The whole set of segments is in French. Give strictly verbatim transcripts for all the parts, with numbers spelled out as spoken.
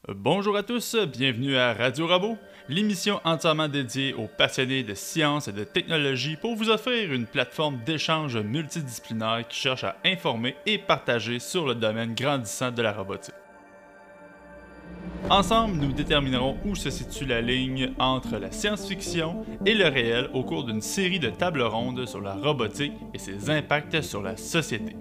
Bonjour à tous, bienvenue à Radio Robot, l'émission entièrement dédiée aux passionnés de sciences et de technologie pour vous offrir une plateforme d'échange multidisciplinaire qui cherche à informer et partager sur le domaine grandissant de la robotique. Ensemble, nous déterminerons où se situe la ligne entre la science-fiction et le réel au cours d'une série de tables rondes sur la robotique et ses impacts sur la société.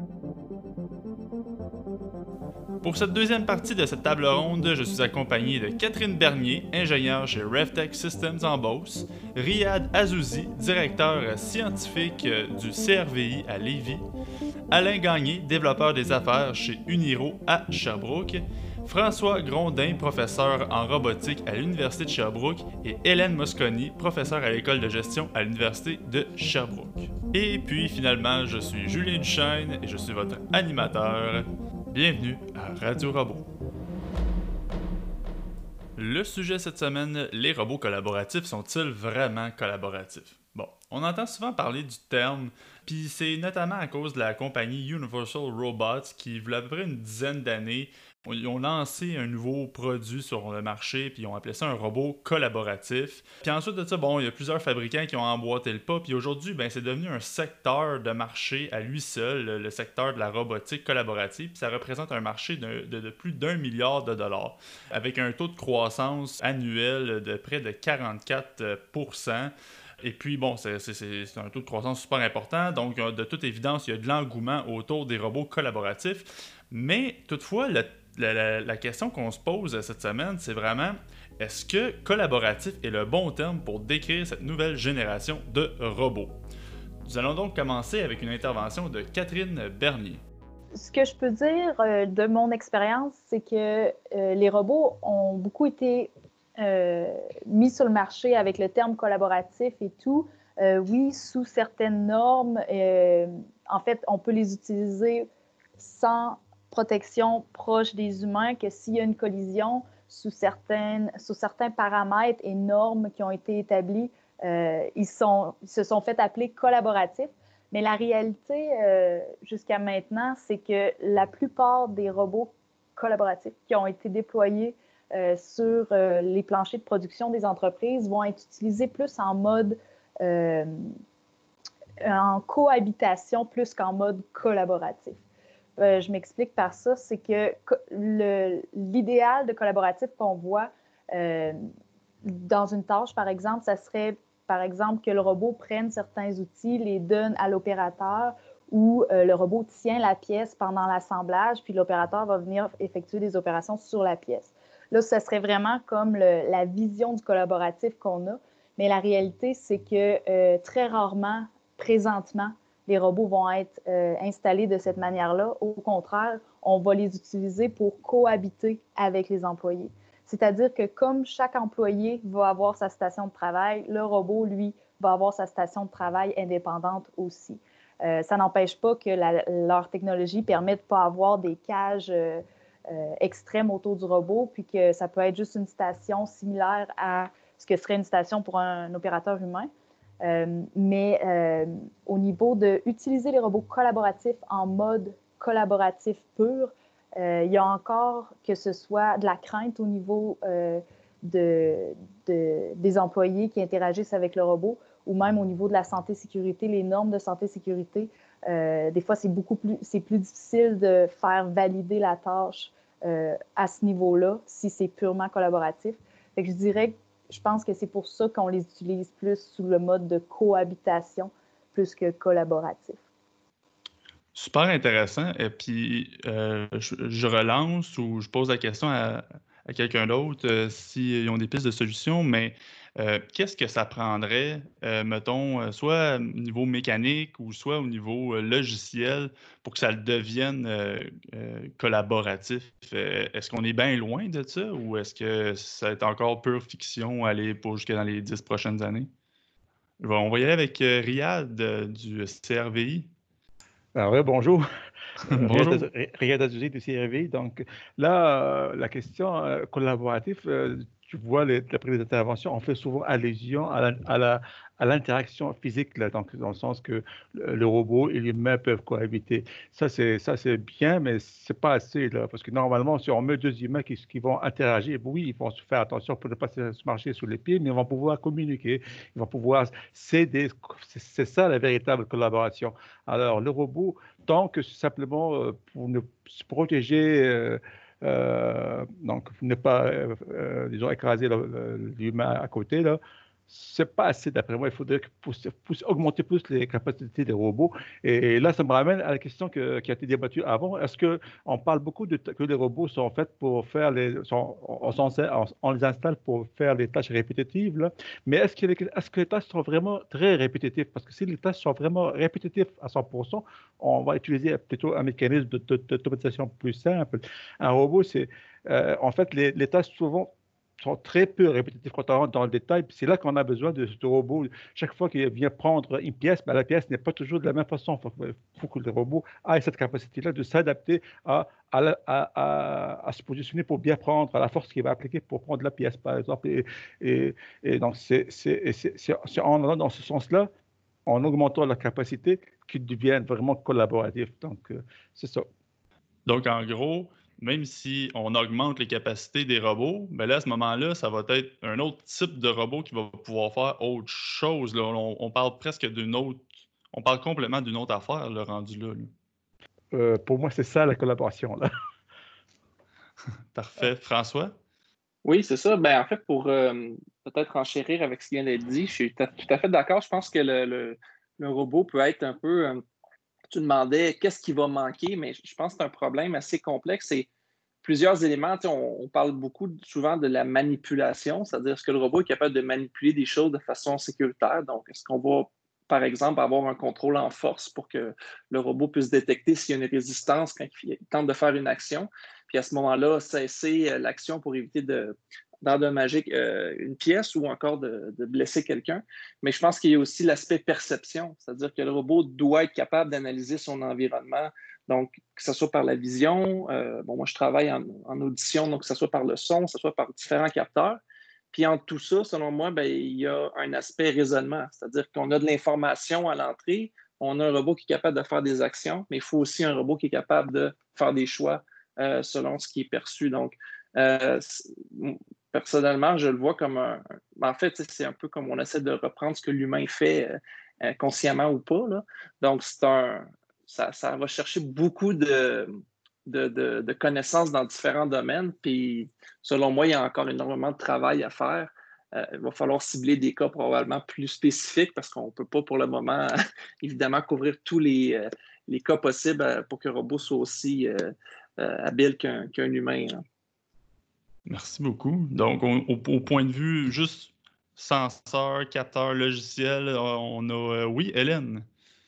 Pour cette deuxième partie de cette table ronde, je suis accompagné de Catherine Bernier, ingénieure chez RevTech Systems en Beauce, Riyad Azouzi, directeur scientifique du C R V I à Lévis, Alain Gagné, développeur des affaires chez Uniro à Sherbrooke, François Grondin, professeur en robotique à l'Université de Sherbrooke, et Hélène Mosconi, professeure à l'école de gestion à l'Université de Sherbrooke. Et puis finalement, je suis Julien Duchesne et je suis votre animateur. Bienvenue à Radio Robot. Le sujet cette semaine, les robots collaboratifs sont-ils vraiment collaboratifs? Bon, on entend souvent parler du terme, puis c'est notamment à cause de la compagnie Universal Robots qui, il y a à peu près une dizaine d'années, ils ont lancé un nouveau produit sur le marché, puis ils ont appelé ça un robot collaboratif. Puis ensuite de ça, bon, il y a plusieurs fabricants qui ont emboîté le pas, puis aujourd'hui, ben, c'est devenu un secteur de marché à lui seul, le secteur de la robotique collaborative, puis ça représente un marché de, de, de plus d'un milliard de dollars, avec un taux de croissance annuel de près de quarante-quatre pour cent. Et puis, bon, c'est, c'est, c'est un taux de croissance super important, donc de toute évidence, il y a de l'engouement autour des robots collaboratifs. Mais toutefois, le La, la, la question qu'on se pose cette semaine, c'est vraiment, est-ce que collaboratif est le bon terme pour décrire cette nouvelle génération de robots? Nous allons donc commencer avec une intervention de Catherine Bernier. Ce que je peux dire euh, de mon expérience, c'est que euh, les robots ont beaucoup été euh, mis sur le marché avec le terme collaboratif et tout. Euh, oui, sous certaines normes, euh, en fait, on peut les utiliser sans protection proche des humains, que s'il y a une collision sous, certaines, sous certains paramètres et normes qui ont été établis, euh, ils, sont, ils se sont fait appeler collaboratifs. Mais la réalité, euh, jusqu'à maintenant, c'est que la plupart des robots collaboratifs qui ont été déployés euh, sur euh, les planchers de production des entreprises vont être utilisés plus en mode euh, en cohabitation plus qu'en mode collaboratif. Euh, je m'explique par ça, c'est que le, l'idéal de collaboratif qu'on voit euh, dans une tâche, par exemple, ça serait, par exemple, que le robot prenne certains outils, les donne à l'opérateur ou euh, le robot tient la pièce pendant l'assemblage, puis l'opérateur va venir effectuer des opérations sur la pièce. Là, ça serait vraiment comme le, la vision du collaboratif qu'on a, mais la réalité, c'est que euh, très rarement, présentement, les robots vont être euh, installés de cette manière-là. Au contraire, on va les utiliser pour cohabiter avec les employés. C'est-à-dire que comme chaque employé va avoir sa station de travail, le robot, lui, va avoir sa station de travail indépendante aussi. Euh, ça n'empêche pas que la, leur technologie permet de ne pas avoir des cages euh, euh, extrêmes autour du robot, puis que ça peut être juste une station similaire à ce que serait une station pour un, un opérateur humain. Euh, mais euh, au niveau d'utiliser les robots collaboratifs en mode collaboratif pur, euh, il y a encore que ce soit de la crainte au niveau euh, de, de, des employés qui interagissent avec le robot ou même au niveau de la santé-sécurité, les normes de santé-sécurité. Euh, des fois, c'est beaucoup plus, c'est plus difficile de faire valider la tâche euh, à ce niveau-là si c'est purement collaboratif. Fait que je dirais que je pense que c'est pour ça qu'on les utilise plus sous le mode de cohabitation plus que collaboratif. Super intéressant. Et puis, euh, je, je relance ou je pose la question à, à quelqu'un d'autre euh, s'ils ont des pistes de solutions, mais euh, qu'est-ce que ça prendrait, euh, mettons, euh, soit au niveau mécanique ou soit au niveau euh, logiciel pour que ça le devienne euh, euh, collaboratif? Euh, est-ce qu'on est bien loin de ça ou est-ce que ça va être encore pure fiction aller pour jusque dans les dix prochaines années? Bon, on va y aller avec euh, Riyad euh, du C R V I. Alors, ouais, bonjour, Euh, Bonjour. Riyad Azouzid du C R V. Donc là, euh, la question euh, collaborative, euh, tu tu vois, les, après les interventions, on fait souvent allusion à la, à la, à l'interaction physique, là, donc, dans le sens que le, le robot et l'humain peuvent cohabiter. Ça, c'est, ça, c'est bien, mais c'est pas assez, là, parce que normalement, si on met deux humains qui, qui vont interagir, oui, ils vont se faire attention pour ne pas se se marcher sous les pieds, mais ils vont pouvoir communiquer, ils vont pouvoir s'aider. C'est c'est ça la véritable collaboration. Alors, le robot, tant que c'est simplement euh, pour ne se protéger, euh, euh, donc ne pas, euh, euh, disons, écraser le- le- l'humain à côté, là, c'est pas assez d'après moi. Il faudrait que pousser- pousser- augmenter plus les capacités des robots. Et là, ça me ramène à la question que- qui a été débattue avant. Est-ce que on parle beaucoup de, que les robots sont faits pour faire les, sont, on, on on- on les installe pour faire les tâches répétitives, là. Mais est-ce que, les, est-ce que les tâches sont vraiment très répétitives? Parce que si les tâches sont vraiment répétitives à cent pour cent, on va utiliser plutôt un mécanisme de- de- d'automatisation plus simple. Un robot, c'est, euh, en fait, les, les tâches souvent sont très peu répétitifs quand on rentre dans le détail. Puis c'est là qu'on a besoin de ce robot. Chaque fois qu'il vient prendre une pièce, ben, la pièce n'est pas toujours de la même façon. Il faut, que faut que le robot ait cette capacité-là de s'adapter à, à, la- à- à- à se positionner pour bien prendre, à la force qu'il va appliquer pour prendre la pièce, par exemple. Et, et- et donc, c'est c'est- et c'est- c'est- c'est en allant dans ce sens-là, en augmentant la capacité, qu'ils deviennent vraiment collaboratifs. Donc, euh, c'est ça. Donc, en gros, même si on augmente les capacités des robots, ben là, à ce moment-là, ça va être un autre type de robot qui va pouvoir faire autre chose, là. On, on parle presque d'une autre... On parle complètement d'une autre affaire, le rendu là, là. Euh, pour moi, c'est ça la collaboration, là. Parfait. François? Oui, c'est ça. Ben, en fait, pour euh, peut-être enchérir avec ce qui vient d'être dit, je suis tout à, tout à fait d'accord. Je pense que le, le- le robot peut être un peu. euh, tu demandais qu'est-ce qui va manquer, mais je pense que c'est un problème assez complexe. C'est plusieurs éléments. Tu sais, On, on parle beaucoup souvent de la manipulation, c'est-à-dire est-ce que le robot est capable de manipuler des choses de façon sécuritaire? Donc, est-ce qu'on va, par exemple, avoir un contrôle en force pour que le robot puisse détecter s'il y a une résistance quand il tente de faire une action? Puis à ce moment-là, cesser euh, l'action pour éviter de d'endommager euh, une pièce ou encore de, de blesser quelqu'un. Mais je pense qu'il y a aussi l'aspect perception, c'est-à-dire que le robot doit être capable d'analyser son environnement, donc que ce soit par la vision. Euh, bon, moi, je travaille en, en audition, donc que ce soit par le son, que ce soit par différents capteurs. Puis en tout ça, selon moi, ben, il y a un aspect raisonnement, c'est-à-dire qu'on a de l'information à l'entrée, on a un robot qui est capable de faire des actions, mais il faut aussi un robot qui est capable de faire des choix euh, selon ce qui est perçu. Donc, euh, personnellement, je le vois comme un... En fait, c'est un peu comme on essaie de reprendre ce que l'humain fait, euh, consciemment ou pas, là. Donc, c'est un... ça, ça va chercher beaucoup de, de, de, de connaissances dans différents domaines. Puis, selon moi, il y a encore énormément de travail à faire. Euh, il va falloir cibler des cas probablement plus spécifiques parce qu'on ne peut pas pour le moment, évidemment, couvrir tous les, euh, les cas possibles pour que le robot soit aussi euh, euh, habile qu'un qu'un humain, hein. Merci beaucoup. Donc, on- au, au point de vue juste senseur, capteur, logiciel, euh, on a... euh, oui, Hélène?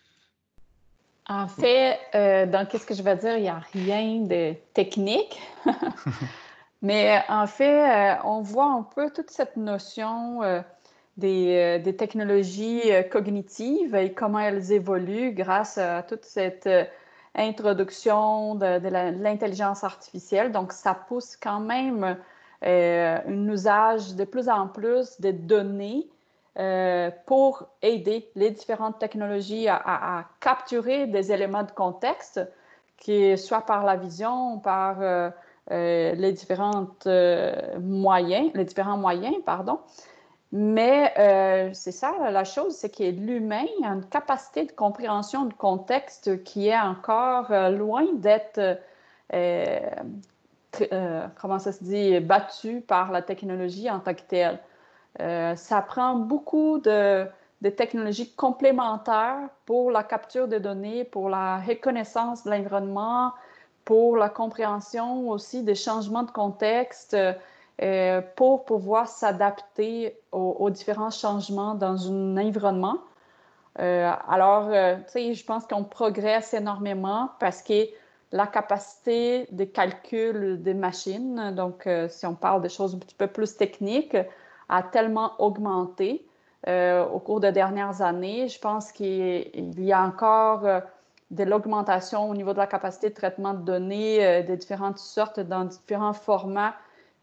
En fait, euh, dans qu'est-ce que je vais dire, il n'y a rien de technique. Mais euh, en fait, euh, on voit un peu toute cette notion euh, des, euh, des technologies euh, cognitives et comment elles évoluent grâce à toute cette euh, introduction de, de la- de l'intelligence artificielle. Donc, ça pousse quand même euh, un usage de plus en plus de données euh, pour aider les différentes technologies à, à- à capturer des éléments de contexte, qui soit par la vision, par euh, euh, les différentes euh, moyens, les différents moyens, pardon. Mais euh, c'est ça, la chose, c'est que l'humain a une capacité de compréhension de contexte qui est encore euh, loin d'être, euh, euh, comment ça se dit, battu par la technologie en tant que telle. Euh, ça prend beaucoup de, de technologies complémentaires pour la capture de données, pour la reconnaissance de l'environnement, pour la compréhension aussi des changements de contexte, euh, pour pouvoir s'adapter aux, aux différents changements dans un environnement. Euh, alors, euh, tu sais, je pense qu'on progresse énormément parce que la capacité de calcul des machines, donc euh, si on parle de choses un petit peu plus techniques, a tellement augmenté euh, au cours des dernières années. Je pense qu'il y a encore euh, de l'augmentation au niveau de la capacité de traitement de données euh, de différentes sortes, dans différents formats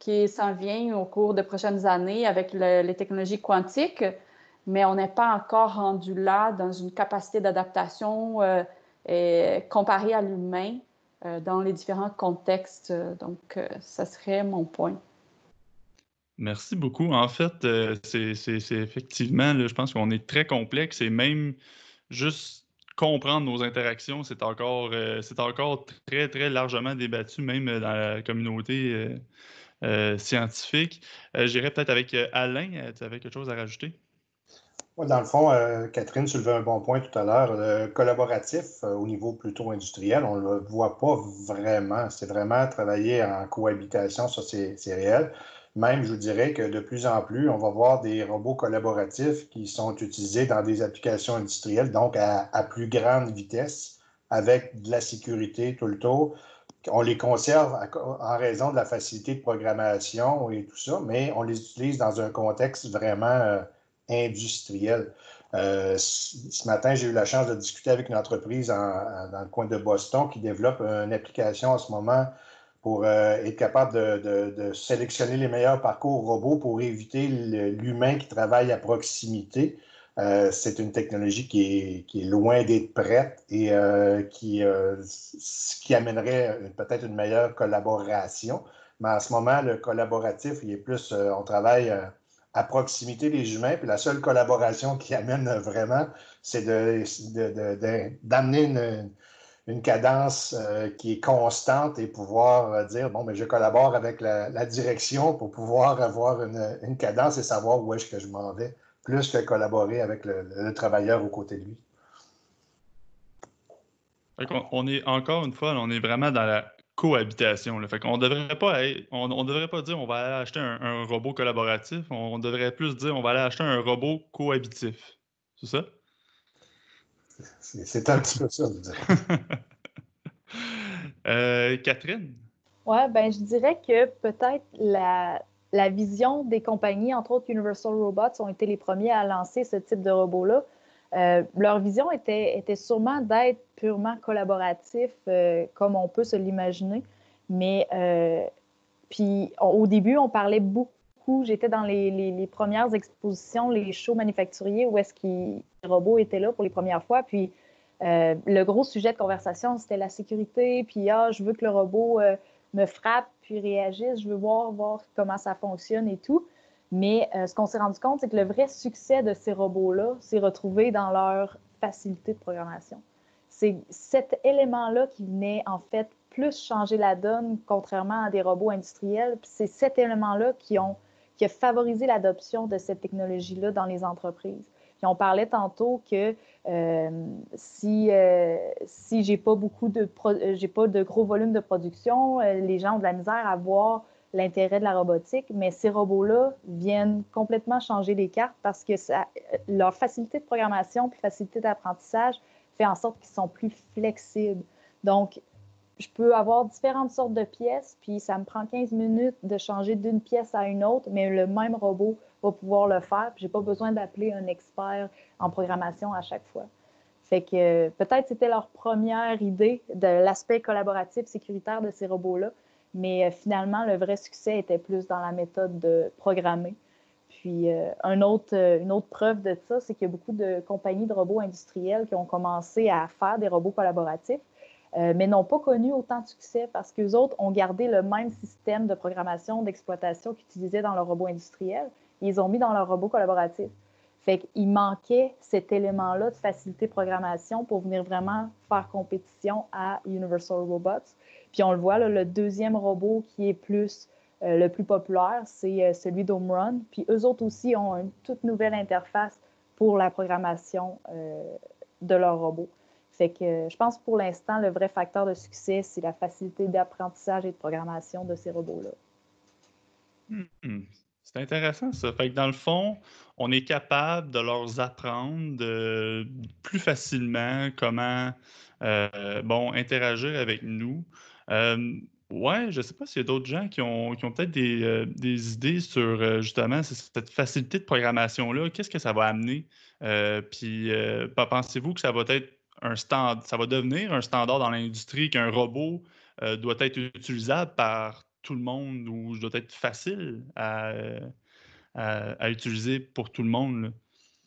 qui s'en vient au cours des prochaines années avec le, les technologies quantiques, mais on n'est pas encore rendu là dans une capacité d'adaptation euh, et comparée à l'humain euh, dans les différents contextes. Donc, euh, ça serait mon point. Merci beaucoup. En fait, euh, c'est, c'est, c'est effectivement, là, je pense qu'on est très complexe et même juste comprendre nos interactions, c'est encore, euh, c'est encore très, très largement débattu, même dans la communauté euh, euh, scientifique. Euh, J'irais peut-être avec euh, Alain. Euh, Tu avais quelque chose à rajouter? Ouais, dans le fond, euh, Catherine soulevait un bon point tout à l'heure. Le collaboratif, euh, au niveau plutôt industriel, on ne le voit pas vraiment. C'est vraiment travailler en cohabitation, ça c'est c'est réel. Même, je vous dirais que de plus en plus, on va voir des robots collaboratifs qui sont utilisés dans des applications industrielles, donc à, à plus grande vitesse, avec de la sécurité tout le tour. On les conserve à- en raison de la facilité de programmation et tout ça, mais on les utilise dans un contexte vraiment euh, industriel. Euh, ce matin, j'ai eu la chance de discuter avec une entreprise en- en- dans le coin de Boston qui développe une application en ce moment pour euh, être capable de, de- de sélectionner les meilleurs parcours robots pour éviter le- l'humain qui travaille à proximité. Euh, c'est une technologie qui est, qui est loin d'être prête et euh, qui, euh, ce qui amènerait peut-être une meilleure collaboration. Mais en ce moment, le collaboratif, il est plus, euh, on travaille euh, à proximité des humains, puis la seule collaboration qui amène vraiment, c'est de, de- de- de- d'amener une, une cadence euh, qui est constante et pouvoir euh, dire, bon, mais je collabore avec la, la direction pour pouvoir avoir une, une cadence et savoir où est-ce que je m'en vais, plus que collaborer avec le, le travailleur aux côtés de lui. Fait qu'on- on est encore une fois, on est vraiment dans la cohabitation. Là. Fait qu'on devrait pas être- on, on devrait pas dire on va aller acheter un, un robot collaboratif. On devrait plus dire on va aller acheter un robot cohabitif. C'est ça? C'est, c'est un petit peu ça, je dirais. Euh, Catherine? Oui, ben, je dirais que peut-être la, la vision des compagnies, entre autres Universal Robots, ont été les premiers à lancer ce type de robot-là. Euh, leur vision était, était sûrement d'être purement collaboratif, euh, comme on peut se l'imaginer. Mais euh, puis on- au début, on parlait beaucoup. J'étais dans les, les- les premières expositions, les shows manufacturiers où est-ce que les robots étaient là pour les premières fois. Puis euh, le gros sujet de conversation, c'était la sécurité. Puis ah, je veux que le robot euh, me frappe puis réagisse. Je veux voir, voir comment ça fonctionne et tout. Mais euh, ce qu'on s'est rendu compte, c'est que le vrai succès de ces robots-là s'est retrouvé dans leur facilité de programmation. C'est cet élément-là qui venait en fait plus changer la donne, contrairement à des robots industriels. Puis c'est cet élément-là qui, ont, qui a favorisé l'adoption de cette technologie-là dans les entreprises. Puis on parlait tantôt que euh, si, euh, si j'ai pas beaucoup de pro- j'ai pas de gros volume de production, euh, les gens ont de la misère à voir l'intérêt de la robotique, mais ces robots-là viennent complètement changer les cartes parce que ça, leur facilité de programmation puis facilité d'apprentissage fait en sorte qu'ils sont plus flexibles. Donc, je peux avoir différentes sortes de pièces, puis ça me prend quinze minutes de changer d'une pièce à une autre, mais le même robot va pouvoir le faire, puis je n'ai pas besoin d'appeler un expert en programmation à chaque fois. Fait que euh, peut-être c'était leur première idée de l'aspect collaboratif sécuritaire de ces robots-là, mais euh, finalement, le vrai succès était plus dans la méthode de programmer. Puis euh, un autre, euh, une autre preuve de ça, c'est qu'il y a beaucoup de compagnies de robots industriels qui ont commencé à faire des robots collaboratifs, euh, mais n'ont pas connu autant de succès parce qu'eux autres ont gardé le même système de programmation, d'exploitation qu'ils utilisaient dans leurs robots industriels. Ils ont mis dans leurs robots collaboratifs. Fait qu'il manquait cet élément-là de facilité de programmation pour venir vraiment faire compétition à Universal Robots. Puis on le voit, là, le deuxième robot qui est plus euh, le plus populaire, c'est euh, celui d'Home Run. Puis eux autres aussi ont une toute nouvelle interface pour la programmation euh, de leur robot. Fait que euh, je pense que pour l'instant, le vrai facteur de succès, c'est la facilité d'apprentissage et de programmation de ces robots-là. Hmm. C'est intéressant ça. Fait que dans le fond, on est capable de leur apprendre euh, plus facilement comment euh, bon, interagir avec nous. Euh, ouais, je sais pas s'il y a d'autres gens qui ont, qui ont peut-être des, euh, des idées sur euh, justement c- cette facilité de programmation-là. Qu'est-ce que ça va amener? Euh, puis euh, pas- pensez-vous que ça va être un stand, ça va devenir un standard dans l'industrie qu'un robot euh, doit être utilisable par tout le monde ou je dois être facile à, à, à utiliser pour tout le monde, là?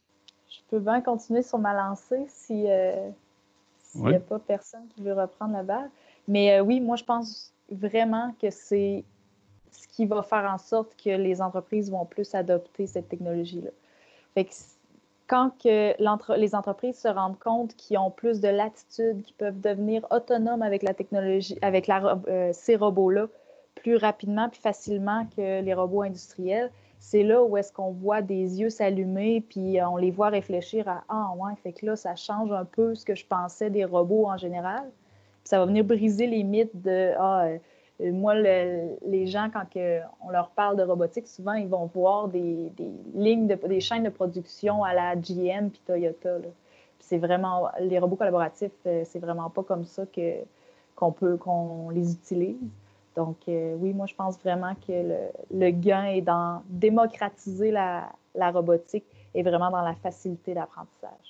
Je peux bien continuer sur ma lancée si, euh, s'il n'y Ouais. a pas personne qui veut reprendre la balle. Mais euh, oui, moi, je pense vraiment que c'est ce qui va faire en sorte que les entreprises vont plus adopter cette technologie-là. Fait que quand que l'entre- les entreprises se rendent compte qu'ils ont plus de latitude, qu'ils peuvent devenir autonomes avec la technologie, avec la, euh, ces robots-là, plus rapidement, plus facilement que les robots industriels, c'est là où est-ce qu'on voit des yeux s'allumer, puis on les voit réfléchir à « Ah, ouais, fait que là, ça change un peu ce que je pensais des robots en général. » Puis ça va venir briser les mythes de « Ah, euh, moi, le, les gens, quand que on leur parle de robotique, souvent, ils vont voir des, des lignes, de, des chaînes de production à la G M puis Toyota. Là. Puis c'est vraiment, les robots collaboratifs, c'est vraiment pas comme ça que, qu'on peut, qu'on les utilise. Donc, euh, oui, moi, je pense vraiment que le, le gain est dans démocratiser la, la robotique et vraiment dans la facilité d'apprentissage.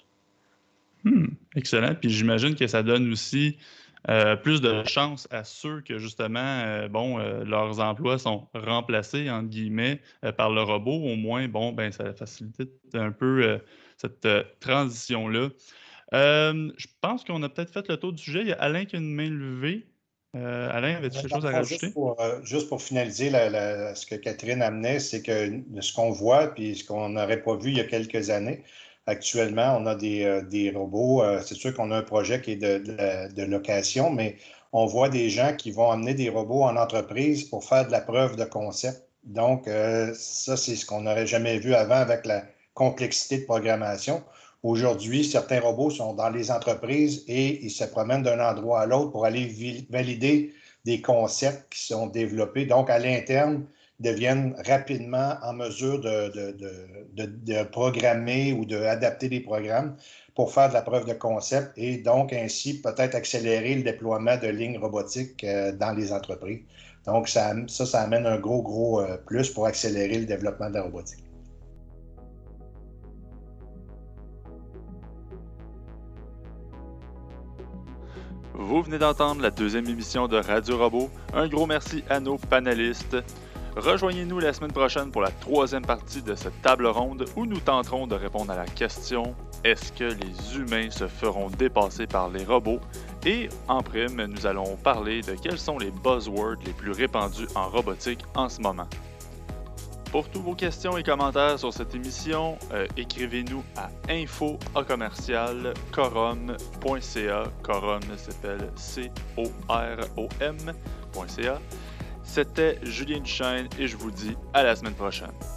Hmm, excellent. Puis j'imagine que ça donne aussi euh, plus de chance à ceux que justement, euh, bon, euh, leurs emplois sont remplacés, entre guillemets, euh, par le robot. Au moins, bon, ben, ça facilite un peu euh, cette euh, transition-là. Euh, je pense qu'on a peut-être fait le tour du sujet. Il y a Alain qui a une main levée. Euh, Alain, avais-tu quelque chose à rajouter? Juste pour, euh, juste pour finaliser la, la, ce que Catherine amenait, c'est que ce qu'on voit, puis ce qu'on n'aurait pas vu il y a quelques années, actuellement, on a des, euh, des robots. Euh, c'est sûr qu'on a un projet qui est de, de, de location, mais on voit des gens qui vont amener des robots en entreprise pour faire de la preuve de concept. Donc, euh, ça, c'est ce qu'on n'aurait jamais vu avant avec la complexité de programmation. Aujourd'hui, certains robots sont dans les entreprises et ils se promènent d'un endroit à l'autre pour aller vi- valider des concepts qui sont développés. Donc, à l'interne, ils deviennent rapidement en mesure de, de, de, de, de programmer ou d'adapter des programmes pour faire de la preuve de concept et donc ainsi peut-être accélérer le déploiement de lignes robotiques euh, dans les entreprises. Donc, ça, ça, ça amène un gros, gros euh, plus pour accélérer le développement de la robotique. Vous venez d'entendre la deuxième émission de Radio Robot. Un gros merci à nos panélistes. Rejoignez-nous la semaine prochaine pour la troisième partie de cette table ronde où nous tenterons de répondre à la question « Est-ce que les humains se feront dépasser par les robots? » Et en prime, nous allons parler de quels sont les buzzwords les plus répandus en robotique en ce moment. Pour toutes vos questions et commentaires sur cette émission, euh, écrivez-nous à info à commercial corom point c a. Corom s'appelle C O R O M point C A. C'était Julien Duchesne et je vous dis à la semaine prochaine.